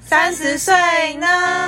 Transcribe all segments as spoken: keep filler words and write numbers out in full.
三十岁呢？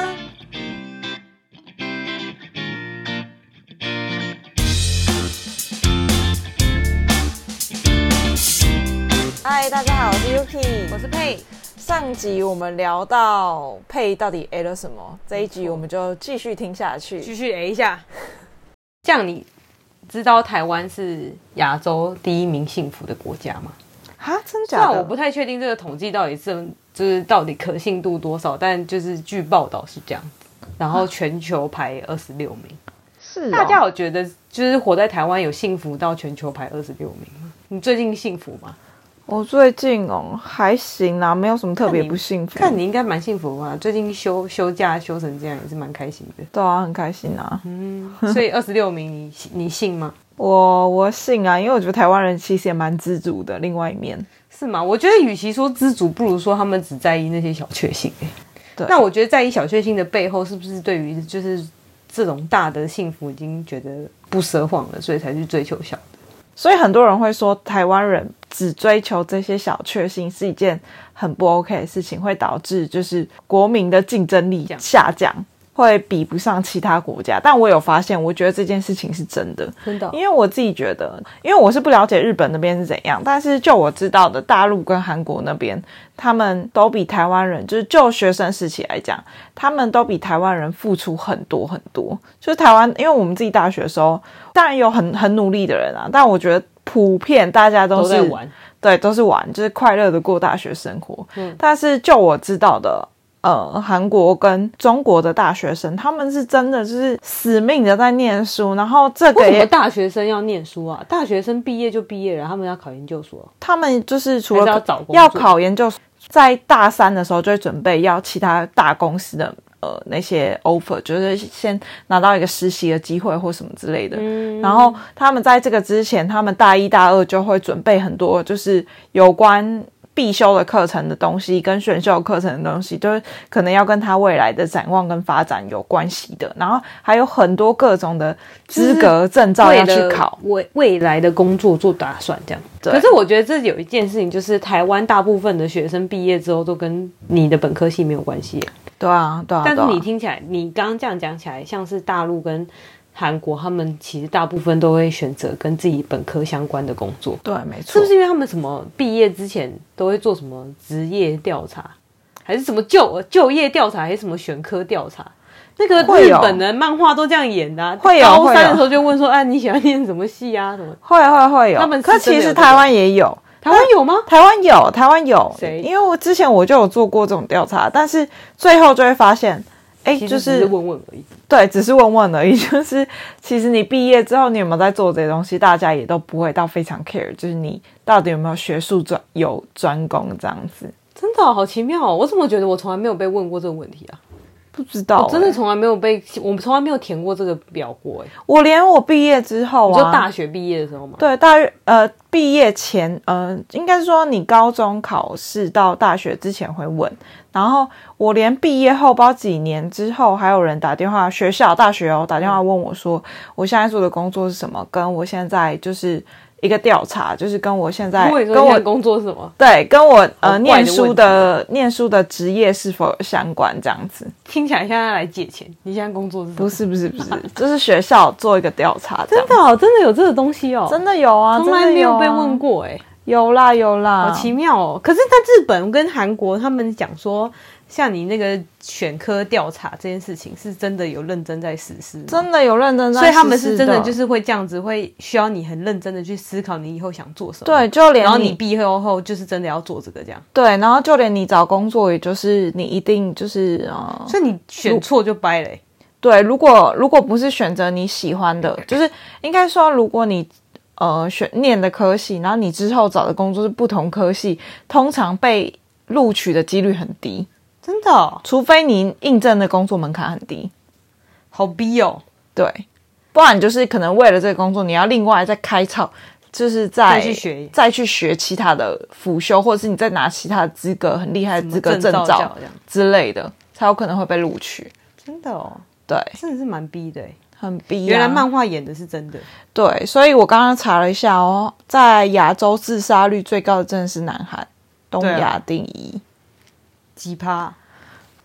嗨，大家好，我是 Yuki， 我是佩。 上集我们聊到佩到底 A 了什么，这一集我们就继续听下去， 继续 A 一下。这样你知道台湾是亚洲第一名幸福的国家吗？ 哈，真假的？ 我不太确定这个统计到底是就是到底可信度多少，但就是据报道是这样子。然后全球排二十六名， 是、哦、 大家有觉得就是活在台湾有幸福到全球排二十六名吗？你最近幸福吗？ 我最近哦还行啦，没有什么特别不幸福。 看 你, 看你应该蛮幸福吧？最近休休假休成这样也是蛮开心的。 对啊，很开心啊。 嗯，所以二十六名你你信吗？ 我我信啊，因为我觉得台湾人其实也蛮知足的。另外一面是吗？我觉得与其说知足，不如说他们只在意那些小确幸。 对， 那我觉得在意小确幸的背后，是不是对于就是这种大的幸福已经觉得不奢望了，所以才去追求小的？ 所以很多人会说台湾人只追求这些小确幸是一件很不 OK 的事情，会导致就是国民的竞争力下降，会比不上其他国家。但我有发现，我觉得这件事情是真的， 真的、哦， 因为我自己觉得，因为我是不了解日本那边是怎样，但是就我知道的，大陆跟韩国那边，他们都比台湾人，就是就学生时期来讲，他们都比台湾人付出很多很多。就是台湾，因为我们自己大学的时候，当然有很很努力的人啊，但我觉得普遍大家都是都在玩， 对，都是玩，就是快乐的过大学生活。 嗯， 但是就我知道的。呃，韩国跟中国的大学生，他们是真的就是死命的在念书，然后这个也为什么大学生要念书啊？大学生毕业就毕业了，他们要考研究所， 他们就是除了要找工作要考研究所，在大三的时候就会准备要其他大公司的呃那些 offer， 就是先拿到一个实习的机会或什么之类的。嗯，然后他们在这个之前，他们大一大二就会准备很多，就是有关必修的课程的东西跟选修课程的东西，就是可能要跟他未来的展望跟发展有关系的，然后还有很多各种的资格证照要去考， 为未来的工作做打算这样。可是我觉得这有一件事情，就是台湾大部分的学生毕业之后都跟你的本科系没有关系。 对啊，对啊。 但是你听起来，你刚刚这样讲起来，像是大陆跟韩国，他们其实大部分都会选择跟自己本科相关的工作。 对，没错。 是不是因为他们什么毕业之前都会做什么职业调查，还是什么就就业调查，还是什么选科调查？那个日本的漫画都这样演的、啊。 会有高三的时候就问说：“哎、啊，你喜欢念什么系啊？什么？” 会会会有。 他们可其实台湾也有。 台湾有吗？ 台湾有，台湾有。 谁？ 因为我之前我就有做过这种调查，但是最后就会发现。哎，就是只是问问而已。 对，只是问问而已。就是其实你毕业之后，你有没有在做这些东西，大家也都不会到非常 care。就是你到底有没有学术专有专攻这样子。 真的、哦、好奇妙哦！我怎么觉得我从来没有被问过这个问题啊？ 不知道、欸， 我真的从来没有被，我从来没有填过这个表过哎。 我连我毕业之后啊， 你就大学毕业的时候吗？ 对，大呃毕业前，呃，应该说你高中考试到大学之前会问，然后我连毕业后不知道几年之后，还有人打电话，学校大学哦打电话问我说，嗯、我现在做的工作是什么，跟我现在就是一个调查，就是跟我现在跟我工作是什么？ 对，跟我呃念书的念书的职业是否有相关这样子。 听起来现在来借钱，你现在工作是什么？ 不是不是不是，就是学校做一个调查。 真的哦，真的有这个东西哦， 真的有啊， 从来没有被问过哎。 有啦有啦， 好奇妙哦！可是在日本跟韩国，他们讲说，像你那个选科调查这件事情，是真的有认真在实施， 真的有认真在实施， 所以他们是真的就是会这样子，会需要你很认真的去思考你以后想做什么。 对，就连然后你毕业后就是真的要做这个这样。 对，然后就连你找工作，也就是你一定就是呃， 所以你选错就掰了、欸。 对，如果如果不是选择你喜欢的，就是应该说，如果你。呃，选念的科系，然后你之后找的工作是不同科系，通常被录取的几率很低， 真的、哦， 除非你应征的工作门槛很低， 好逼哦， 对，不然就是可能为了这个工作，你要另外再开窍，就是再再去学， 再去学其他的辅修，或者是你再拿其他的资格很厉害的资格证照之类的，才有可能会被录取。 真的哦， 对， 真的是蛮逼的耶。 很逼啊！ 原来漫画演的是真的。 对，所以我刚刚查了一下哦，在亚洲自杀率最高的真的是南韩，东亚第一， 几趴？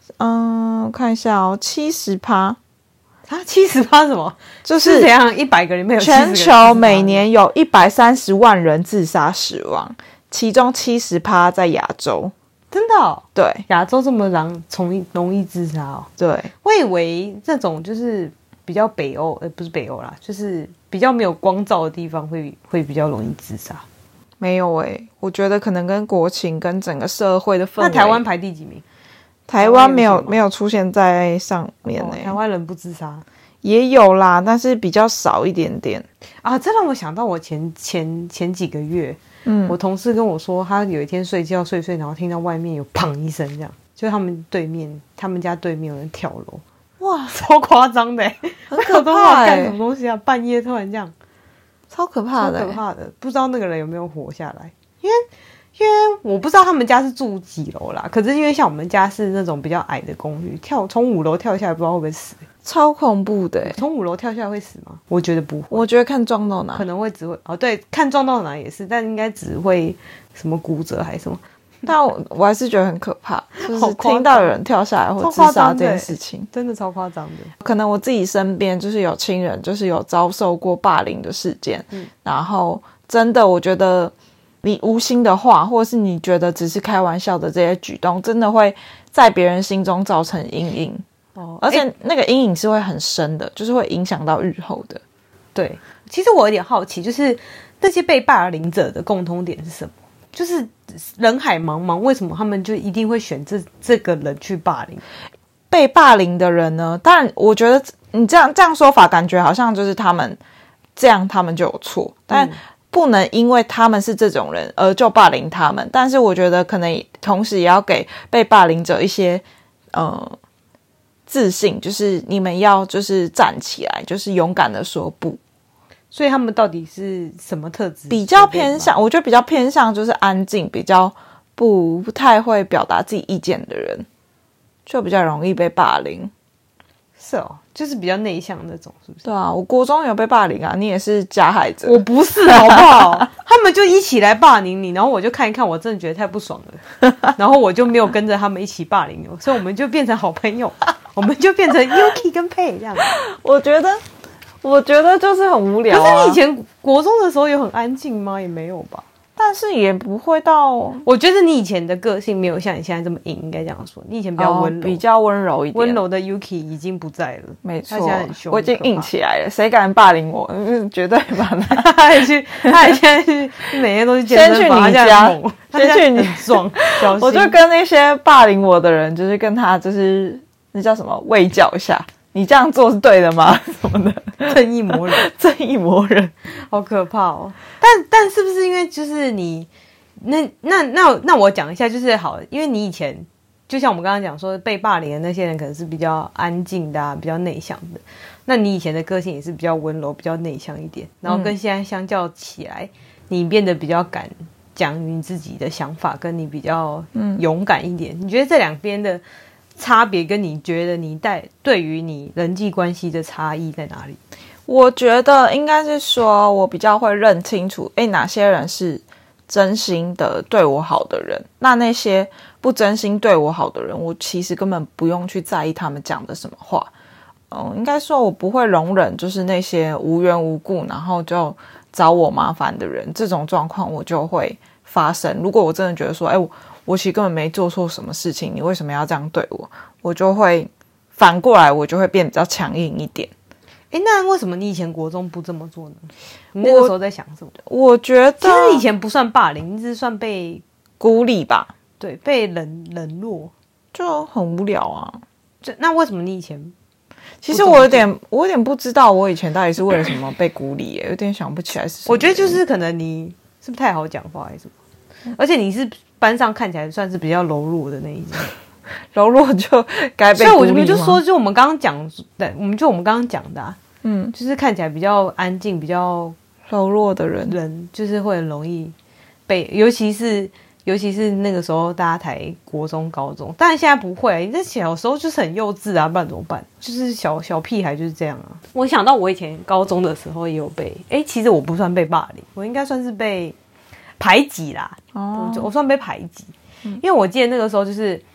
嗯，我看一下哦，七十趴。 啊，七十趴什么？ 就是怎样？一百个里面有全球每年有一百三十万人自杀死亡，其中七十趴在亚洲。 真的哦？ 对， 亚洲这么容易容易自杀哦。 对， 我以为这种就是比较北欧，呃，不是北欧啦，就是比较没有光照的地方会会比较容易自杀。 没有诶、欸，我觉得可能跟国情跟整个社会的氛围。 那台湾排第几名？ 台湾没有没有出现在上面呢、欸哦。 台湾人不自杀也有啦，但是比较少一点点啊。这让我想到我前前前几个月，嗯，我同事跟我说，他有一天睡觉睡睡，然后听到外面有砰一声，这样，就他们对面，他们家对面有人跳楼，哇，超夸张的、欸， 很可怕、欸， 干什么东西啊？半夜突然这样， 超可怕的、欸， 超可怕的，不知道那个人有没有活下来，因为。因为我不知道他们家是住几楼啦，可是因为像我们家是那种比较矮的公寓，跳从五楼跳下来不知道会不会死， 超恐怖的、欸。 从五楼跳下来会死吗？我觉得不会， 我觉得看撞到哪， 可能会只会哦，对，看撞到哪也是，但应该只会什么骨折还是什么。 但我我还是觉得很可怕，就是听到有人跳下来或自杀这件事情， 真的超夸张的。 可能我自己身边就是有亲人，就是有遭受过霸凌的事件，嗯，然后真的我觉得。你无心的话，或者是你觉得只是开玩笑的这些举动，真的会在别人心中造成阴影哦，而且那个阴影是会很深的，就是会影响到日后的。 对，其实我有点好奇，就是那些被霸凌者的共通点是什么？就是人海茫茫，为什么他们就一定会选这这个人去霸凌？ 被霸凌的人呢？当然，我觉得你这样这样说法，感觉好像就是他们这样，他们就有错，但。嗯不能因为他们是这种人而就霸凌他们，但是我觉得可能同时也要给被霸凌者一些呃自信，就是你们要就是站起来，就是勇敢的说不。 所以他们到底是什么特质？ 比较偏向，我觉得比较偏向就是安静，比较不不太会表达自己意见的人，就比较容易被霸凌。 是哦，就是比较内向那种，是不是？ 对啊，我国中有被霸凌啊，你也是加害者。 我不是，好不好？他们就一起来霸凌你，然后我就看一看，我真的觉得太不爽了，然后我就没有跟着他们一起霸凌我，所以我们就变成好朋友，我们就变成 Yuki 跟 Pei 这样。 我觉得，我觉得就是很无聊啊。 可是你以前国中的时候有很安静吗？也没有吧。 但是也不会到， 我觉得你以前的个性没有像你现在这么硬，应该这样说。你以前比较温柔， 哦、比较温柔一点。 温柔的 Yuki 已经不在了， 没错， 他现在很凶， 我已经硬起来了。谁敢霸凌我？嗯，绝对把他。 他还去，他还现在去，每天都去健身房。 先去你家， 先去你壮。 我就跟那些霸凌我的人，就是跟他，就是那叫什么，卫教一下。你这样做是对的吗？什么的， 正义魔人， 正义魔人， 好可怕哦！但但是不是因为就是你？那那那那我讲一下，就是好，因为你以前就像我们刚刚讲说，被霸凌的那些人可能是比较安静的、啊、比较内向的。那你以前的个性也是比较温柔、比较内向一点，然后跟现在相较起来，嗯、你变得比较敢讲你自己的想法，跟你比较勇敢一点。嗯、你觉得这两边的差别，跟你觉得你带对于你人际关系的差异在哪里？ 我觉得应该是说，我比较会认清楚，哎，哪些人是真心的对我好的人，那那些不真心对我好的人，我其实根本不用去在意他们讲的什么话。嗯，应该说我不会容忍就是那些无缘无故然后就找我麻烦的人，这种状况我就会发生。如果我真的觉得说，哎，我我其实根本没做错什么事情，你为什么要这样对我？我就会反过来，我就会变比较强硬一点。 哎，那为什么你以前国中不这么做呢？你那个时候在想什么？ 我, 我觉得其实你以前不算霸凌，你只是算被孤立吧？ 对，被冷冷落， 就很无聊啊。 就那为什么你以前？ 其实我有点，我有点不知道我以前到底是为了什么被孤立耶，有点想不起来是什么。 我觉得就是可能你是不是太好讲话还是什么？而且你是班上看起来算是比较柔弱的那一种。 柔弱就该被孤立吗？ 所以我们就说，就我们刚刚讲的，我们就我们刚刚讲的、啊，嗯，就是看起来比较安静、比较柔弱的人， 人就是会很容易被，尤其是尤其是那个时候大家才国中、高中，当然现在不会，你在小时候就是很幼稚啊，不然怎么办？就是小小屁孩就是这样啊。我想到我以前高中的时候也有被，哎，其实我不算被霸凌，我应该算是被排挤啦。哦，我, 我算被排挤，嗯、因为我记得那个时候就是。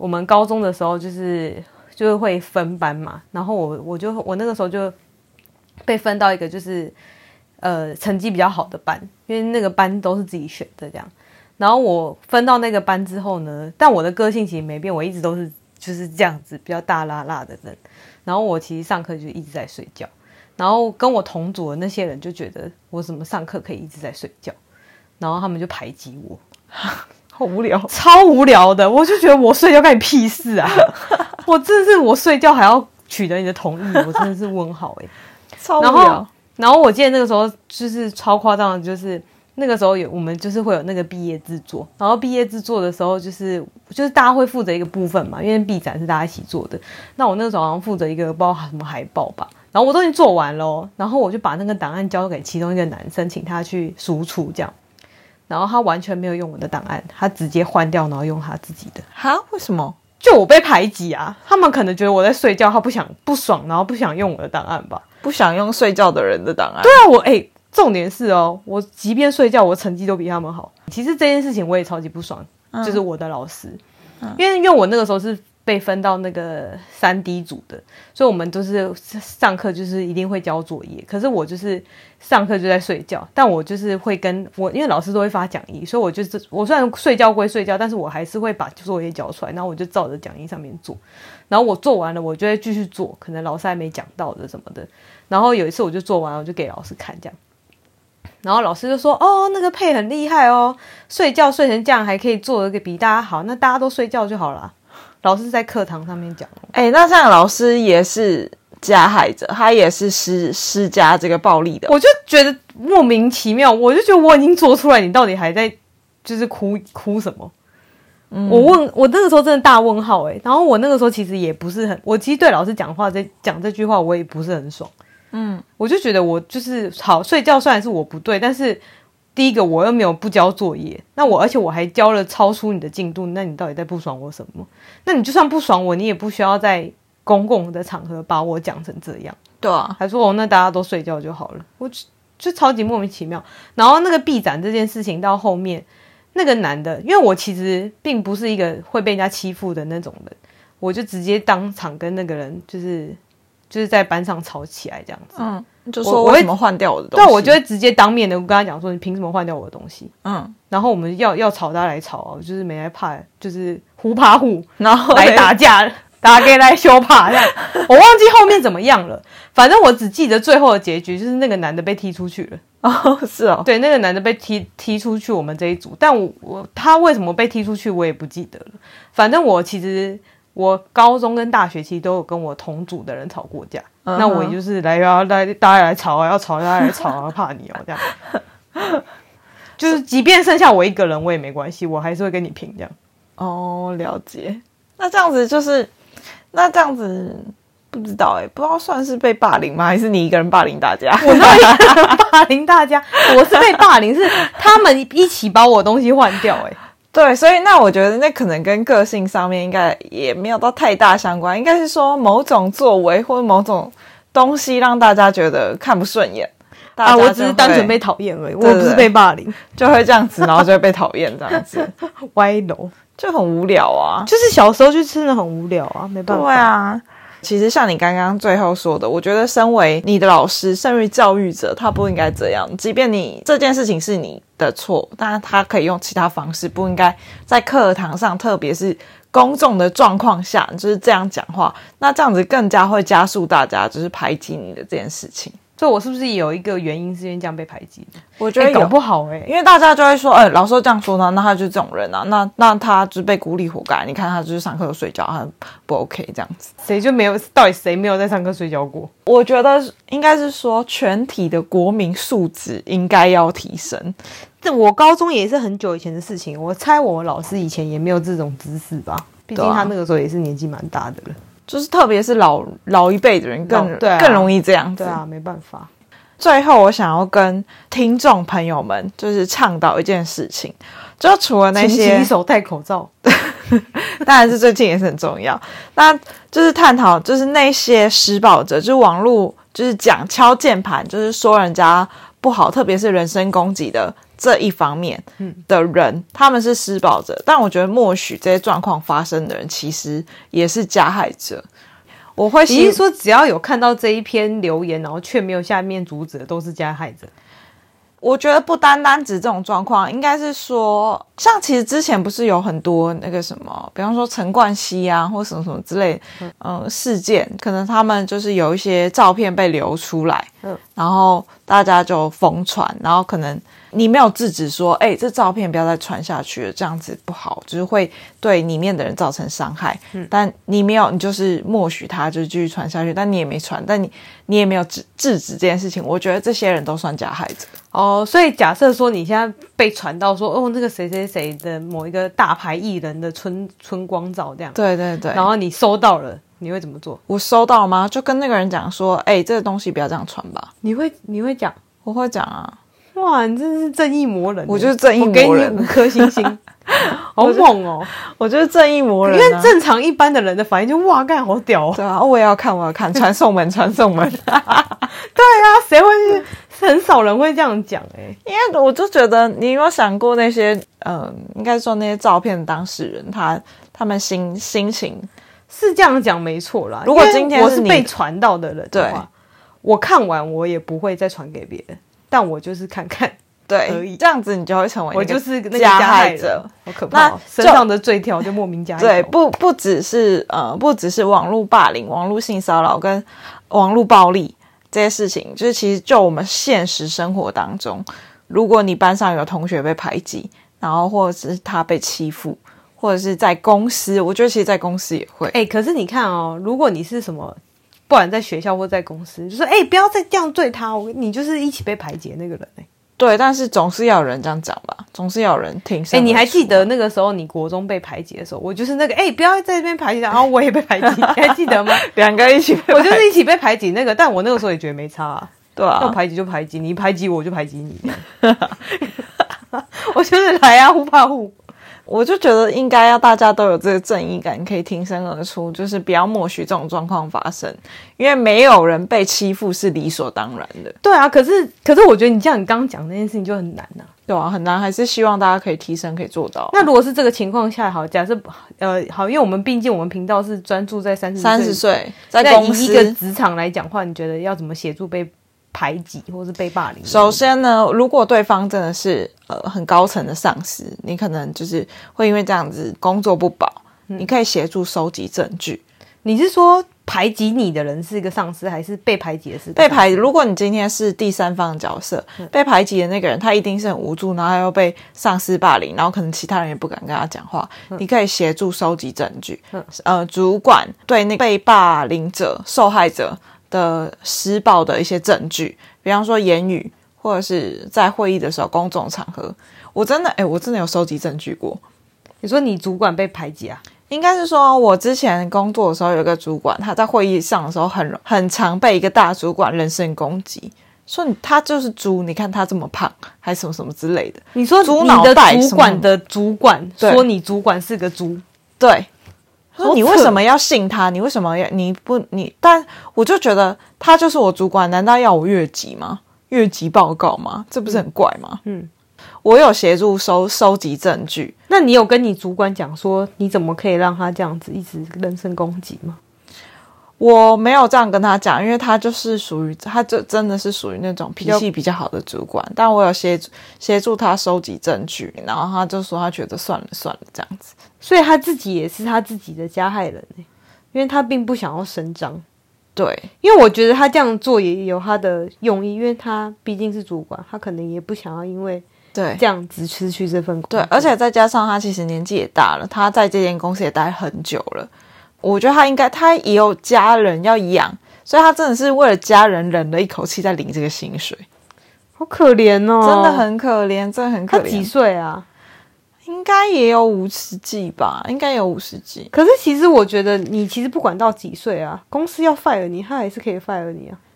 我们高中的时候就是就是会分班嘛，然后我我就我那个时候就被分到一个就是呃成绩比较好的班，因为那个班都是自己选的这样。然后我分到那个班之后呢，但我的个性其实没变，我一直都是就是这样子比较大辣辣的人。然后我其实上课就一直在睡觉，然后跟我同组的那些人就觉得我怎么上课可以一直在睡觉，然后他们就排挤我。 好无聊， 超无聊的，我就觉得我睡觉干你屁事啊！我真的是我睡觉还要取得你的同意，我真的是问号哎、欸， 超无聊。 然后，然后我记得那个时候就是超夸张的，就是那个时候有我们就是会有那个毕业制作，然后毕业制作的时候就是就是大家会负责一个部分嘛，因为毕展是大家一起做的。那我那个时候好像负责一个不知道什么海报吧，然后我都已经做完了，然后我就把那个档案交给其中一个男生，请他去输出这样。然后他完全没有用我的档案，他直接换掉，然后用他自己的。 哈？为什么？ 就我被排挤啊！他们可能觉得我在睡觉，他不想不爽，然后不想用我的档案吧？ 不想用睡觉的人的档案？ 对啊，我哎、欸，重点是哦，我即便睡觉，我成绩都比他们好。其实这件事情我也超级不爽，嗯、就是我的老师，嗯、因为因为我那个时候是被分到那个三 D 组的，所以我们都是上课就是一定会交作业。可是我就是上课就在睡觉，但我就是会跟我，因为老师都会发讲义，所以我就是我虽然睡觉归睡觉，但是我还是会把作业交出来，然后我就照着讲义上面做。然后我做完了，我就会继续做，可能老师还没讲到的什么的。然后有一次我就做完了，我就给老师看这样。然后老师就说：“哦，那个佩很厉害哦，睡觉睡成这样还可以做得比大家好，那大家都睡觉就好了。”老师在课堂上面讲， 哎、欸，那这样老师也是加害者，他也是施施加这个暴力的， 我就觉得莫名其妙，我就觉得我已经做出来，你到底还在就是哭哭什么？嗯、我问我那个时候真的大问号哎、欸，然后我那个时候其实也不是很，我其实对老师讲话在讲这句话，我也不是很爽，嗯，我就觉得我就是好睡觉，虽然是我不对，但是。第一个我又没有不交作业，那我而且我还交了超出你的进度，那你到底在不爽我什么？那你就算不爽我，你也不需要在公共的场合把我讲成这样。 对啊， 还说哦，那大家都睡觉就好了，我就就超级莫名其妙。然后那个毕展这件事情到后面，那个男的，因为我其实并不是一个会被人家欺负的那种人，我就直接当场跟那个人就是就是在班上吵起来这样子。 嗯。就说为什么换掉我的东西？ 对，我就会直接当面的跟他讲说，你凭什么换掉我的东西？嗯，然后我们要要吵，大家来吵啊，就是没来怕，就是互怕互， 然后来打架，大家可以来羞怕这样。我忘记后面怎么样了，反正我只记得最后的结局就是那个男的被踢出去了。 哦，是哦， 对，那个男的被踢踢出去我们这一组，但我我他为什么被踢出去我也不记得了。反正我其实我高中跟大学其实都有跟我同组的人吵过架。Uh-huh. 那我也就是来要来大家来吵啊，要吵大家来吵啊，怕你哦这样。就是即便剩下我一个人，我也没关系，我还是会跟你拼这样。 哦，了解。那这样子就是，那这样子不知道哎、欸，不知道算是被霸凌吗？还是你一个人霸凌大家？ 我哪有一个人霸凌大家？我是被霸凌，是他们一起把我东西换掉哎、欸。 对，所以那我觉得那可能跟个性上面应该也没有到太大相关，应该是说某种作为或者某种东西让大家觉得看不顺眼。 啊，我只是单纯被讨厌而已，我不是被霸凌， 就会这样子，然后就会被讨厌这样子， 歪楼就很无聊啊。 就是小时候就真的很无聊啊，没办法。 对啊。其实像你刚刚最后说的，我觉得身为你的老师，身为教育者，他不应该这样。即便你这件事情是你的错，但他可以用其他方式，不应该在课堂上，特别是公众的状况下，就是这样讲话。那这样子更加会加速大家就是排挤你的这件事情。 所以我是不是有一个原因是因为这样被排挤的？ 我觉得有、 欸、搞不好哎、欸， 因为大家就会说，哎、欸，老师这样说呢，那他就是这种人啊，那那他就是被孤立活该。你看他就是上课就睡觉，他不 OK 这样子。 谁就没有？到底谁没有在上课睡觉过？ 我觉得应该是说，全体的国民素质应该要提升。 这我高中也是很久以前的事情，我猜我老师以前也没有这种知识吧？毕竟他那个时候也是年纪蛮大的了。 就是特别是老老一辈的人更、 对啊、 更容易这样子。 对啊，没办法。 最后，我想要跟听众朋友们就是倡导一件事情，就除了那些勤洗手、戴口罩， 当然是最近也是很重要。那就是探讨，就是那些施暴者，就是网络就是讲敲键盘，就是说人家不好，特别是人身攻击的这一方面的人、嗯、他们是施暴者，但我觉得默许这些状况发生的人其实也是加害者。我会你是说只要有看到这一篇留言然后却没有下面阻止的都是加害者？ 我觉得不单单指这种状况，应该是说像其实之前不是有很多那个什么比方说陈冠希啊或什么什么之类嗯、呃、事件，可能他们就是有一些照片被流出来、嗯、然后大家就疯传，然后可能你没有制止说哎、欸，这照片不要再传下去了，这样子不好，就是会对里面的人造成伤害、嗯、但你没有，你就是默许他就继续传下去，但你也没传，但你你也没有制制止这件事情，我觉得这些人都算加害者。 哦，所以假设说你现在被传到说哦那个谁谁谁的某一个大牌艺人的春春光照这样， 对对对， 然后你收到了你会怎么做？ 我收到了吗？就跟那个人讲说哎、欸，这个东西不要这样传吧。 你会你会讲？ 我会讲啊。 哇，你真是正义魔人！ 我就是正义魔人， 我给你五颗星星，好猛哦！ 我就是正义魔人、啊， 因为正常一般的人的反应就哇，干好屌哦！ 对啊，我也要看，我要看，传送门，传送门。 对啊，谁会是？很少人会这样讲哎、 欸，因为我就觉得，你有没有想过那些，嗯、呃，应该说那些照片的当事人，他他们心心情是这样讲没错啦。 如果今天我是被传到的人的话，我看完我也不会再传给别人。但我就是看看， 对，这样子你就会成为我就是那个加害者， 好可怕、哦！身上的罪条就莫名加害。 对，不不只是呃，不只是网络霸凌、网络性骚扰跟网络暴力这些事情，就是其实就我们现实生活当中，如果你班上有同学被排挤，然后或者是他被欺负，或者是在公司，我觉得其实在公司也会。 哎、欸，可是你看哦，如果你是什么。不管在学校或在公司，就说哎、欸，不要再这样对他，我你就是一起被排挤的那个人哎、欸。 对，但是总是要有人这样讲吧，总是要有人挺身而出。哎、欸， 你还记得那个时候你国中被排挤的时候，我就是那个哎、欸，不要在这边排挤他，然后我也被排挤，你还记得吗？ 两个一起被排挤， 我就是一起被排挤那个，但我那个时候也觉得没差、啊， 对啊， 要排挤就排挤，你排挤我就排挤你，我就是来啊，互怕互。 我就觉得应该要大家都有这个正义感，可以挺身而出，就是不要默许这种状况发生，因为没有人被欺负是理所当然的。 对啊，可是可是我觉得你像你刚刚讲那件事情就很难啊。 对啊，很难，还是希望大家可以提升，可以做到、啊。 那如果是这个情况下，好，假设呃好，因为我们毕竟我们频道是专注在三十三十岁，在公司以一个职场来讲话，你觉得要怎么协助被排挤或是被霸凌？ 首先呢，如果对方真的是呃很高层的上司，你可能就是会因为这样子工作不保，嗯、你可以协助收集证据。 你是说排挤你的人是一个上司，还是被排挤的是被排？如果你今天是第三方的角色，嗯、被排挤的那个人他一定是很无助，然后又被上司霸凌，然后可能其他人也不敢跟他讲话。嗯、你可以协助收集证据。嗯、呃，主管对那被霸凌者、受害者的施暴的一些证据，比方说言语，或者是在会议的时候、公众场合，我真的，哎，我真的有收集证据过。 你说你主管被排挤啊？ 应该是说，我之前工作的时候有一个主管，他在会议上的时候很很常被一个大主管人身攻击，说你他就是猪，你看他这么胖，还什么什么之类的。 你说猪脑袋主管的主管说你主管是个猪， 对。说你为什么要信他？你为什么要你不你？但我就觉得他就是我主管，难道要我越级吗？越级报告吗？这不是很怪吗？嗯，我有协助收收集证据。 那你有跟你主管讲说，你怎么可以让他这样子一直人身攻击吗？ 我没有这样跟他讲，因为他就是属于，他就真的是属于那种脾气比较好的主管。但我有协协助他收集证据，然后他就说他觉得算了算了这样子。 所以他自己也是他自己的加害人、欸、因为他并不想要声张。 对， 因为我觉得他这样做也有他的用意，因为他毕竟是主管，他可能也不想要因为对这样子失去这份工作。 对，而且再加上他其实年纪也大了，他在这间公司也待很久了。我觉得他应该，他也有家人要养，所以他真的是为了家人忍了一口气在领这个薪水， 好可怜哦， 真的很可怜，真的很可怜。 他几岁啊？ 应该也有五十几吧，应该有五十几。 可是其实我觉得，你其实不管到几岁啊，公司要 fire 你，他还是可以 fire 你啊。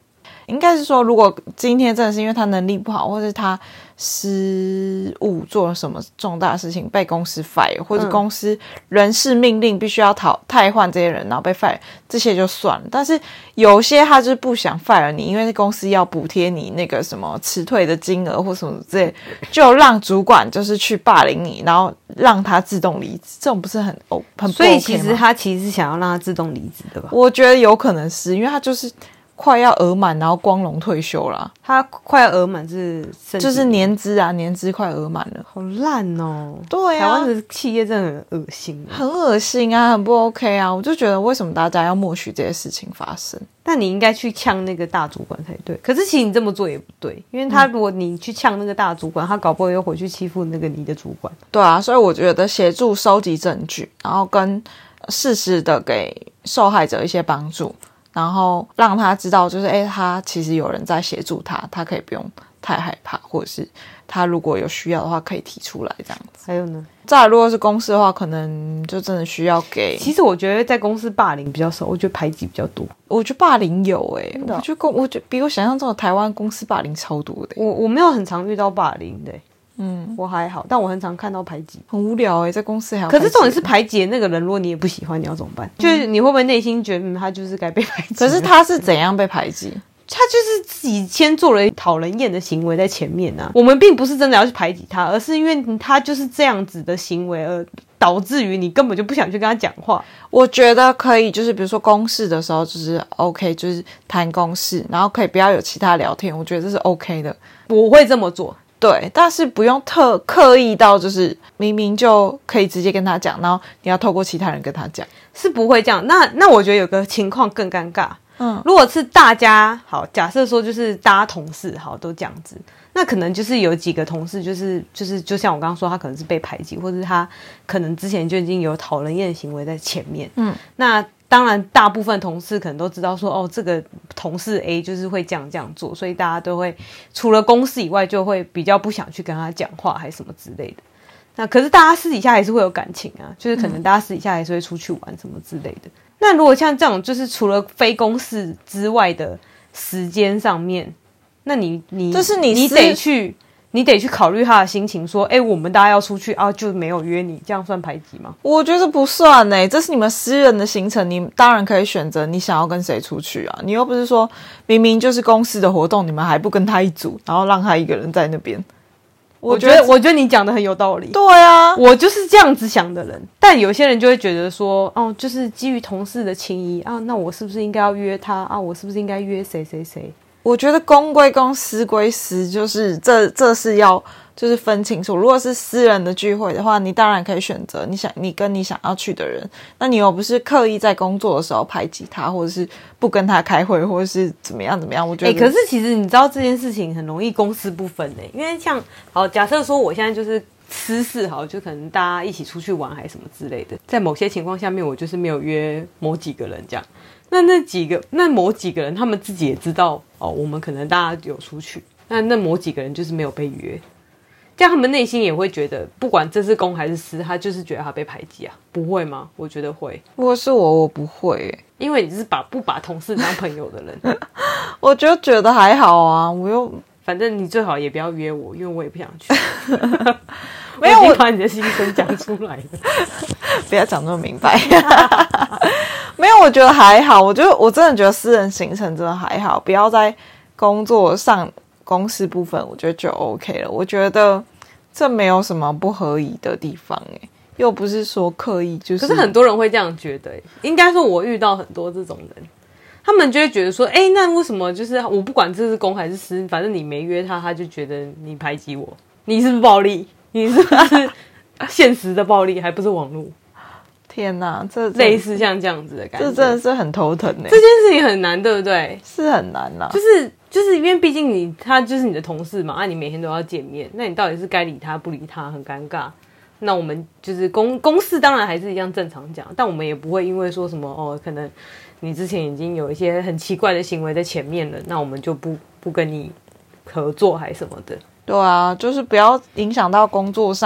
应该是说，如果今天真的是因为他能力不好，或是他失误做了什么重大事情被公司 fire， 或者公司人事命令必须要淘汰换这些人，然后被 fire， 这些就算了。但是有些他就是不想 fire 你，因为公司要补贴你那个什么辞退的金额或什么之类，就让主管就是去霸凌你，然后让他自动离职，这种不是很哦很不 OK 吗？ 所以其实他其实是想要让他自动离职的吧？ 我觉得有可能是因为他就是快要额满，然后光荣退休啦。 他快要额满是就是年资啊，年资快额满了， 好烂哦。 对啊， 台湾的企业真的很恶心， 很恶心啊，很不 OK 啊。我就觉得为什么大家要默许这些事情发生？ 但你应该去呛那个大主管才对。可是其实你这么做也不对，因为他如果你去呛那个大主管，他搞不好又回去欺负那个你的主管。 对啊，所以我觉得协助收集证据，然后跟适时的给受害者一些帮助，然后让他知道就是诶他其实有人在协助他，他可以不用太害怕，或者是他如果有需要的话可以提出来这样子。 还有呢， 再来如果是公司的话，可能就真的需要给， 其实我觉得在公司霸凌比较少，我觉得排挤比较多。 我觉得霸凌有诶、欸， 的我觉得公我觉得比我想象中的台湾公司霸凌超多的、欸、 我我没有很常遇到霸凌的、欸，嗯，我还好，但我很常看到排挤， 很无聊诶、欸，在公司还要排挤。 可是重点是排挤的那个人，如果你也不喜欢，你要怎么办？嗯、就是你会不会内心觉得、嗯、他就是该被排挤？ 可是他是怎样被排挤？ 他就是自己先做了讨人厌的行为在前面啊。我们并不是真的要去排挤他，而是因为他就是这样子的行为而导致于你根本就不想去跟他讲话。 我觉得可以，就是比如说公事的时候，就是 OK， 就是谈公事，然后可以不要有其他聊天，我觉得这是 OK 的。 我会这么做。 对，但是不用特刻意到就是明明就可以直接跟他讲，然后你要透过其他人跟他讲， 是不会这样。那那我觉得有个情况更尴尬。 嗯， 如果是大家好，假设说就是大家同事好都这样子，那可能就是有几个同事就是就是就像我刚刚说，他可能是被排挤，或者是他可能之前就已经有讨人厌的行为在前面。嗯，那当然大部分同事可能都知道说，哦，这个同事 A 就是会这样这样做，所以大家都会除了公事以外，就会比较不想去跟他讲话，还是什么之类的。那可是大家私底下还是会有感情啊，就是可能大家私底下还是会出去玩什么之类的。那如果像这种就是除了非公事之外的时间上面，那你你就是你你得去你得去考虑他的心情，说，哎，我们大家要出去啊，就没有约你，这样算排挤吗？ 我觉得不算欸，这是你们私人的行程，你当然可以选择你想要跟谁出去啊。你又不是说明明就是公司的活动，你们还不跟他一组，然后让他一个人在那边。 我觉得，我觉得你讲的很有道理。 对啊， 我就是这样子想的人。但有些人就会觉得说，哦，就是基于同事的情谊啊，那我是不是应该要约他啊？我是不是应该约谁谁谁？ 我觉得公归公，私归私，就是这这是要就是分清楚。如果是私人的聚会的话，你当然可以选择你想你跟你想要去的人，那你又不是刻意在工作的时候排挤他，或者是不跟他开会，或者是怎么样怎么样。我觉得， 哎、欸，可是其实你知道这件事情很容易公私不分的、欸，因为像好假设说我现在就是私事好，就可能大家一起出去玩还是什么之类的，在某些情况下面，我就是没有约某几个人这样。那那几个那某几个人，他们自己也知道哦，我们可能大家有出去，那那某几个人就是没有被约，这样他们内心也会觉得，不管这是公还是私，他就是觉得他被排挤啊，不会吗？我觉得会。 如果是我，我不会耶， 因为你是把不把同事当朋友的人， 我就觉得还好啊，我又反正你最好也不要约我，因为我也不想去。 没有， 我把你的心声讲出来了， 不要讲那么明白。没有，我觉得还好。我觉得我真的觉得私人行程真的还好，不要在工作上公事部分，我觉得就 OK 了。我觉得这没有什么不合宜的地方，哎，又不是说刻意就是。 可是很多人会这样觉得，应该说我遇到很多这种人，他们就会觉得说，哎，那为什么就是我不管这是公还是私，反正你没约他，他就觉得你排挤我，你是不是暴力？你是不是现实的暴力，还不是网络？ 天哪，这类似像这样子的感觉， 这真的是很头疼欸。 这件事情很难，对不对？ 是很难啦， 就是就是因为毕竟你他就是你的同事嘛，啊，你每天都要见面，那你到底是该理他不理他，很尴尬。那我们就是公公事当然还是一样正常讲，但我们也不会因为说什么哦，可能你之前已经有一些很奇怪的行为在前面了，那我们就不不跟你合作还什么的。 对啊，就是不要影响到工作上。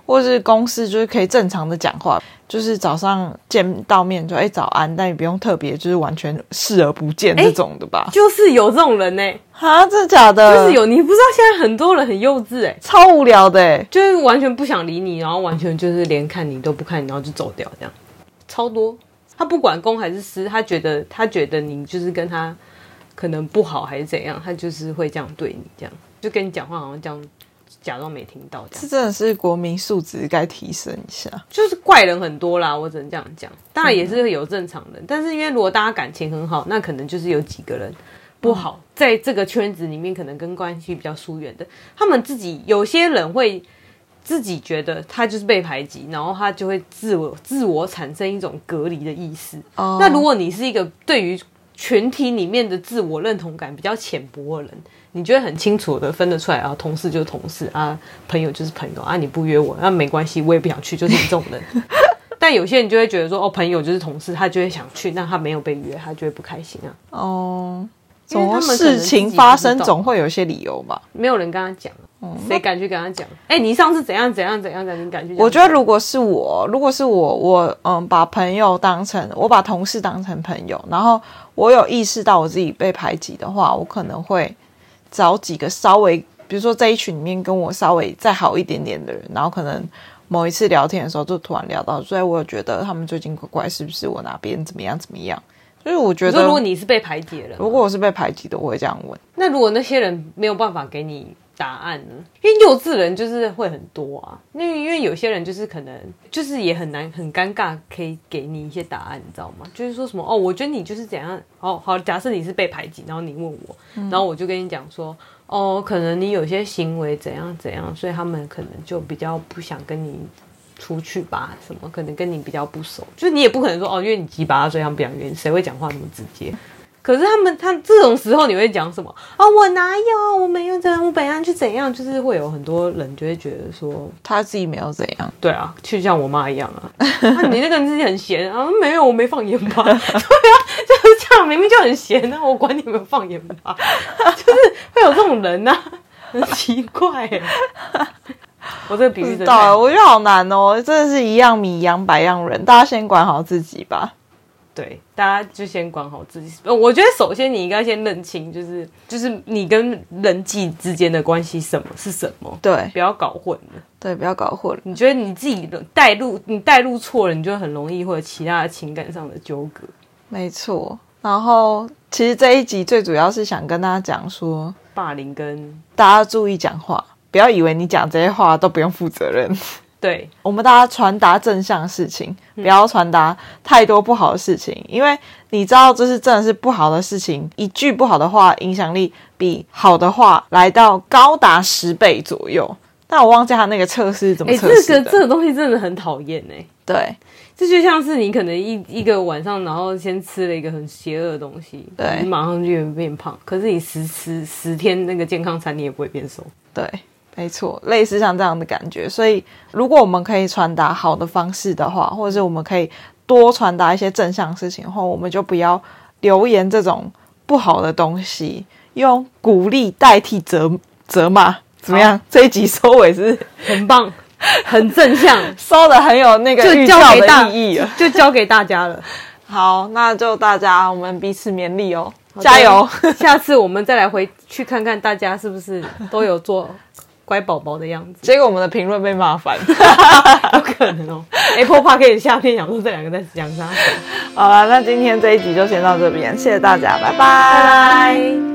或是公司就是可以正常的讲话，就是早上见到面就哎早安，但也不用特别就是完全视而不见这种的吧？ 就是有这种人呢、欸， 哈，真的假的？ 就是有，你不知道现在很多人很幼稚哎、欸， 超无聊的哎、欸， 就是完全不想理你，然后完全就是连看你都不看你，然后就走掉这样，超多。他不管公还是私，他觉得他觉得你就是跟他可能不好还是怎样，他就是会这样对你，这样就跟你讲话好像这样。假装没听到，这这真的是国民素质该提升一下。 就是怪人很多啦，我只能这样讲。当然也是有正常人，但是因为如果大家感情很好，那可能就是有几个人不好，嗯、在这个圈子里面，可能跟关系比较疏远的，他们自己有些人会自己觉得他就是被排挤，然后他就会自我自我产生一种隔离的意识。哦、那如果你是一个对于群体里面的自我认同感比较浅薄的人，你就会很清楚的分得出来啊，同事就是同事啊，朋友就是朋友啊，你不约我那没关系，我也不想去，就是你这种人。但有些人就会觉得说，哦，朋友就是同事，他就会想去，那他没有被约，他就会不开心啊。 哦，总事情发生总会有一些理由吧？ 没有人跟他讲，谁、嗯、敢去跟他讲？哎、欸，你上次怎样怎样怎样怎样，你敢去讲？ 我觉得如果是我，如果是我，我嗯，把朋友当成我把同事当成朋友，然后我有意识到我自己被排挤的话，我可能会找几个稍微，比如说这一群里面跟我稍微再好一点点的人，然后可能某一次聊天的时候就突然聊到，所以我有觉得他们最近怪怪，是不是我哪边怎么样怎么样？就是我觉得， 如果你是被排挤的人， 如果我是被排挤的，我会这样问。 那如果那些人没有办法给你答案呢？因为幼稚人就是会很多啊，因为因为有些人就是可能就是也很难很尴尬，可以给你一些答案，你知道吗？就是说什么哦，我觉得你就是怎样，哦好，假设你是被排挤，然后你问我，嗯、然后我就跟你讲说，哦，可能你有些行为怎样怎样，所以他们可能就比较不想跟你出去吧，什么可能跟你比较不熟，就是你也不可能说哦，因为你鸡巴，所以他们不想约你，谁会讲话那么直接？可是他们，他这种时候你会讲什么啊、哦？我哪有？我没有这样，我本来就怎样，就是会有很多人就会觉得说他自己没有怎样。 对啊，就像我妈一样啊。啊你那个人自己很闲啊，没有，我没放盐巴。对啊，就是这样，明明就很闲啊，我管你有没有放盐巴，就是会有这种人啊，很奇怪哎。我这个比喻真的， 我觉得好难哦，真的是一样米养百样人，大家先管好自己吧。 对，大家就先管好自己。我觉得首先你应该先认清，就是就是你跟人际之间的关系什么是什么， 对， 不要搞混了。 对，不要搞混了。 你觉得你自己带入，你带入错了，你就很容易会有其他的情感上的纠葛。 没错。然后其实这一集最主要是想跟大家讲说， 霸凌跟大家注意讲话，不要以为你讲这些话都不用负责任。 对， 我们大家传达正向的事情，不要传达太多不好的事情，因为你知道这是真的是不好的事情，一句不好的话影响力比好的话来到高达十倍左右。但我忘记他那个测试怎么测试的。 欸、这个这个东西真的很讨厌哎。 对， 这就像是你可能一一个晚上，然后先吃了一个很邪恶的东西， 对， 你马上就变胖。可是你十十十天那个健康餐，你也不会变瘦。 对。没错，类似像这样的感觉，所以如果我们可以传达好的方式的话，或者是我们可以多传达一些正向的事情的话，我们就不要留言这种不好的东西，用鼓励代替责责骂，怎么样？这一集收尾是很棒，很正向， 收的很有那个预兆的意义了， 就交给大家了。 好，那就大家我们彼此勉励哦，加油！ 下次我们再来回去看看大家是不是都有做乖宝宝的样子， 结果我们的评论被骂翻， 有可能哦。Apple Podcast 下面讲说这两个在讲啥？ 好了，那今天这一集就先到这边，谢谢大家，拜拜。 拜拜。